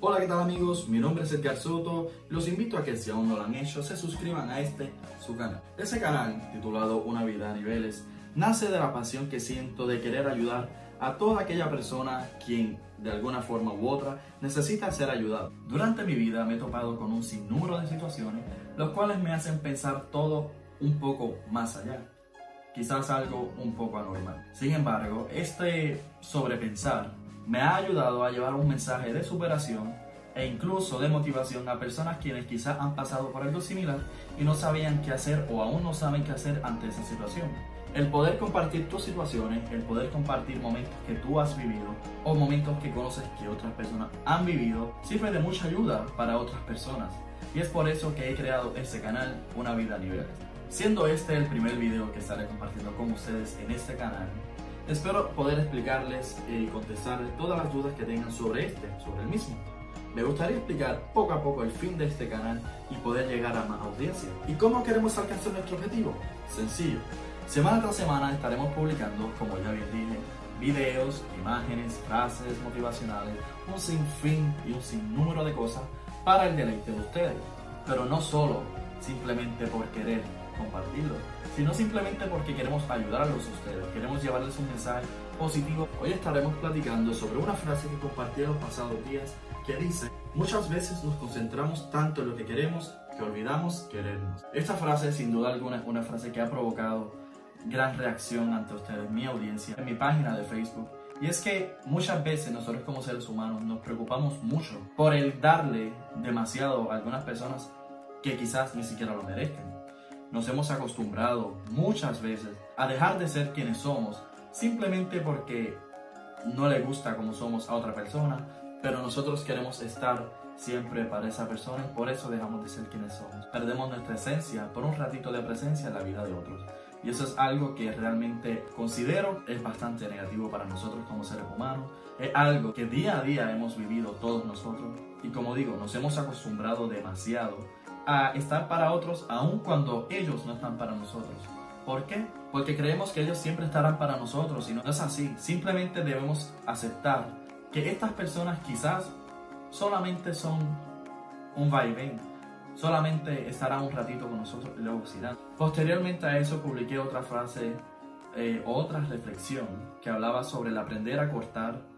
Hola, ¿qué tal amigos? Mi nombre es Edgar Soto y los invito a que si aún no lo han hecho, se suscriban a su canal. Ese canal, titulado Una vida a niveles, nace de la pasión que siento de querer ayudar a toda aquella persona quien, de alguna forma u otra, necesita ser ayudado. Durante mi vida me he topado con un sinnúmero de situaciones, los cuales me hacen pensar todo un poco más allá. Quizás algo un poco anormal. Sin embargo, este sobrepensar me ha ayudado a llevar un mensaje de superación e incluso de motivación a personas quienes quizás han pasado por algo similar y no sabían qué hacer o aún no saben qué hacer ante esa situación. El poder compartir tus situaciones, el poder compartir momentos que tú has vivido o momentos que conoces que otras personas han vivido, sirve de mucha ayuda para otras personas. Y es por eso que he creado este canal, Una vida a niveles. Siendo este el primer video que estaré compartiendo con ustedes en este canal, espero poder explicarles y contestarles todas las dudas que tengan sobre el mismo. Me gustaría explicar poco a poco el fin de este canal y poder llegar a más audiencia. ¿Y cómo queremos alcanzar nuestro objetivo? Sencillo. Semana tras semana estaremos publicando, como ya bien dije, videos, imágenes, frases motivacionales, un sinfín y un sinnúmero de cosas para el deleite de ustedes. Pero no solo simplemente por querer compartirlo, sino simplemente porque queremos ayudarlos a ustedes, queremos llevarles un mensaje positivo. Hoy estaremos platicando sobre una frase que compartí en los pasados días que dice: muchas veces nos concentramos tanto en lo que queremos que olvidamos querernos. Esta frase sin duda alguna es una frase que ha provocado gran reacción ante ustedes, mi audiencia, en mi página de Facebook. Y es que muchas veces nosotros como seres humanos nos preocupamos mucho por el darle demasiado a algunas personas que quizás ni siquiera lo merezcan. Nos hemos acostumbrado muchas veces a dejar de ser quienes somos simplemente porque no le gusta como somos a otra persona, pero nosotros queremos estar siempre para esa persona y por eso dejamos de ser quienes somos. Perdemos nuestra esencia por un ratito de presencia en la vida de otros. Y eso es algo que realmente considero es bastante negativo para nosotros como seres humanos. Es algo que día a día hemos vivido todos nosotros. Y como digo, nos hemos acostumbrado demasiado a estar para otros aun cuando ellos no están para nosotros. ¿Por qué? Porque creemos que ellos siempre estarán para nosotros y no es así. Simplemente debemos aceptar que estas personas quizás solamente son un vaivén, solamente estarán un ratito con nosotros y luego se irán. Posteriormente a eso publiqué otra frase, otra reflexión que hablaba sobre el aprender a cortar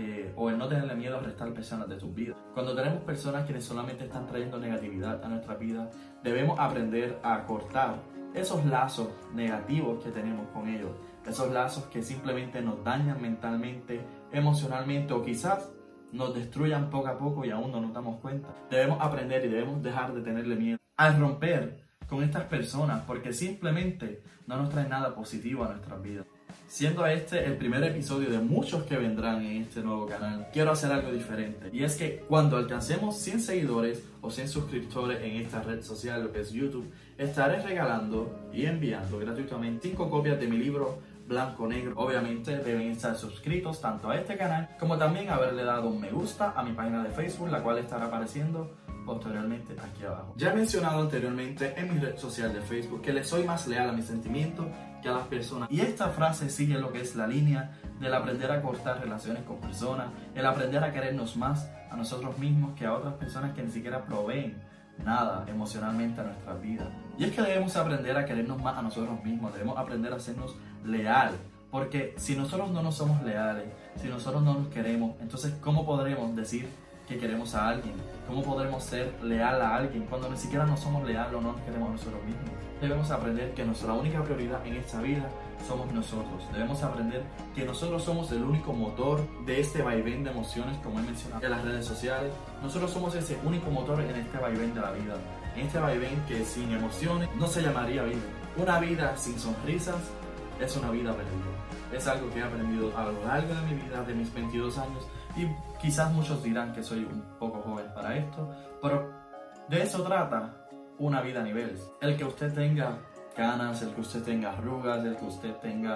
o el no tenerle miedo a restar personas de tus vidas. Cuando tenemos personas quienes solamente están trayendo negatividad a nuestra vida, debemos aprender a cortar esos lazos negativos que tenemos con ellos, esos lazos que simplemente nos dañan mentalmente, emocionalmente o quizás nos destruyan poco a poco y aún no nos damos cuenta. Debemos aprender y debemos dejar de tenerle miedo al romper con estas personas porque simplemente no nos traen nada positivo a nuestras vidas. Siendo este el primer episodio de muchos que vendrán en este nuevo canal, quiero hacer algo diferente. Y es que cuando alcancemos 100 seguidores o 100 suscriptores en esta red social, lo que es YouTube, estaré regalando y enviando gratuitamente 5 copias de mi libro Blanco Negro. Obviamente deben estar suscritos tanto a este canal como también haberle dado un me gusta a mi página de Facebook, la cual estará apareciendo posteriormente aquí abajo. Ya he mencionado anteriormente en mi red social de Facebook que le soy más leal a mis sentimientos que a las personas. Y esta frase sigue lo que es la línea del aprender a cortar relaciones con personas, el aprender a querernos más a nosotros mismos que a otras personas que ni siquiera proveen nada emocionalmente a nuestras vidas. Y es que debemos aprender a querernos más a nosotros mismos, debemos aprender a hacernos leal, porque si nosotros no nos somos leales, si nosotros no nos queremos, entonces ¿cómo podremos decir que queremos a alguien? ¿Cómo podremos ser leal a alguien cuando ni siquiera nos somos leales o no nos queremos a nosotros mismos? Debemos aprender que nuestra única prioridad en esta vida somos nosotros. Debemos aprender que nosotros somos el único motor de este vaivén de emociones, como he mencionado en las redes sociales. Nosotros somos ese único motor en este vaivén de la vida. En este vaivén que sin emociones no se llamaría vida. Una vida sin sonrisas es una vida perdida. Es algo que he aprendido a lo largo de mi vida, de mis 22 años. Y quizás muchos dirán que soy un poco joven para esto, pero de eso trata una vida a niveles. El que usted tenga canas, el que usted tenga arrugas, el que usted tenga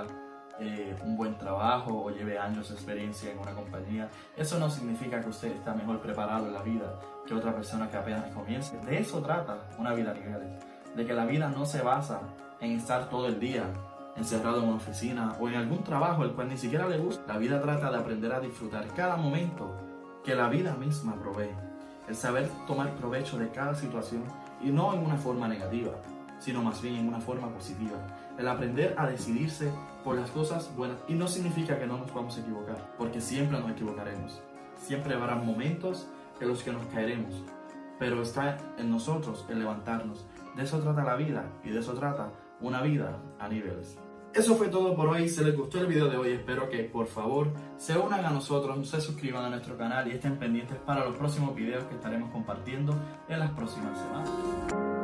un buen trabajo o lleve años de experiencia en una compañía, eso no significa que usted está mejor preparado en la vida que otra persona que apenas comience. De eso trata una vida a niveles, de que la vida no se basa en estar todo el día encerrado en una oficina o en algún trabajo el cual ni siquiera le gusta. La vida trata de aprender a disfrutar cada momento que la vida misma provee. El saber tomar provecho de cada situación y no en una forma negativa, sino más bien en una forma positiva. El aprender a decidirse por las cosas buenas, y no significa que no nos vamos a equivocar, porque siempre nos equivocaremos. Siempre habrá momentos en los que nos caeremos, pero está en nosotros el levantarnos. De eso trata la vida, y de eso trata una vida a niveles. Eso fue todo por hoy. Si les gustó el video de hoy, espero que por favor se unan a nosotros, se suscriban a nuestro canal y estén pendientes para los próximos videos que estaremos compartiendo en las próximas semanas.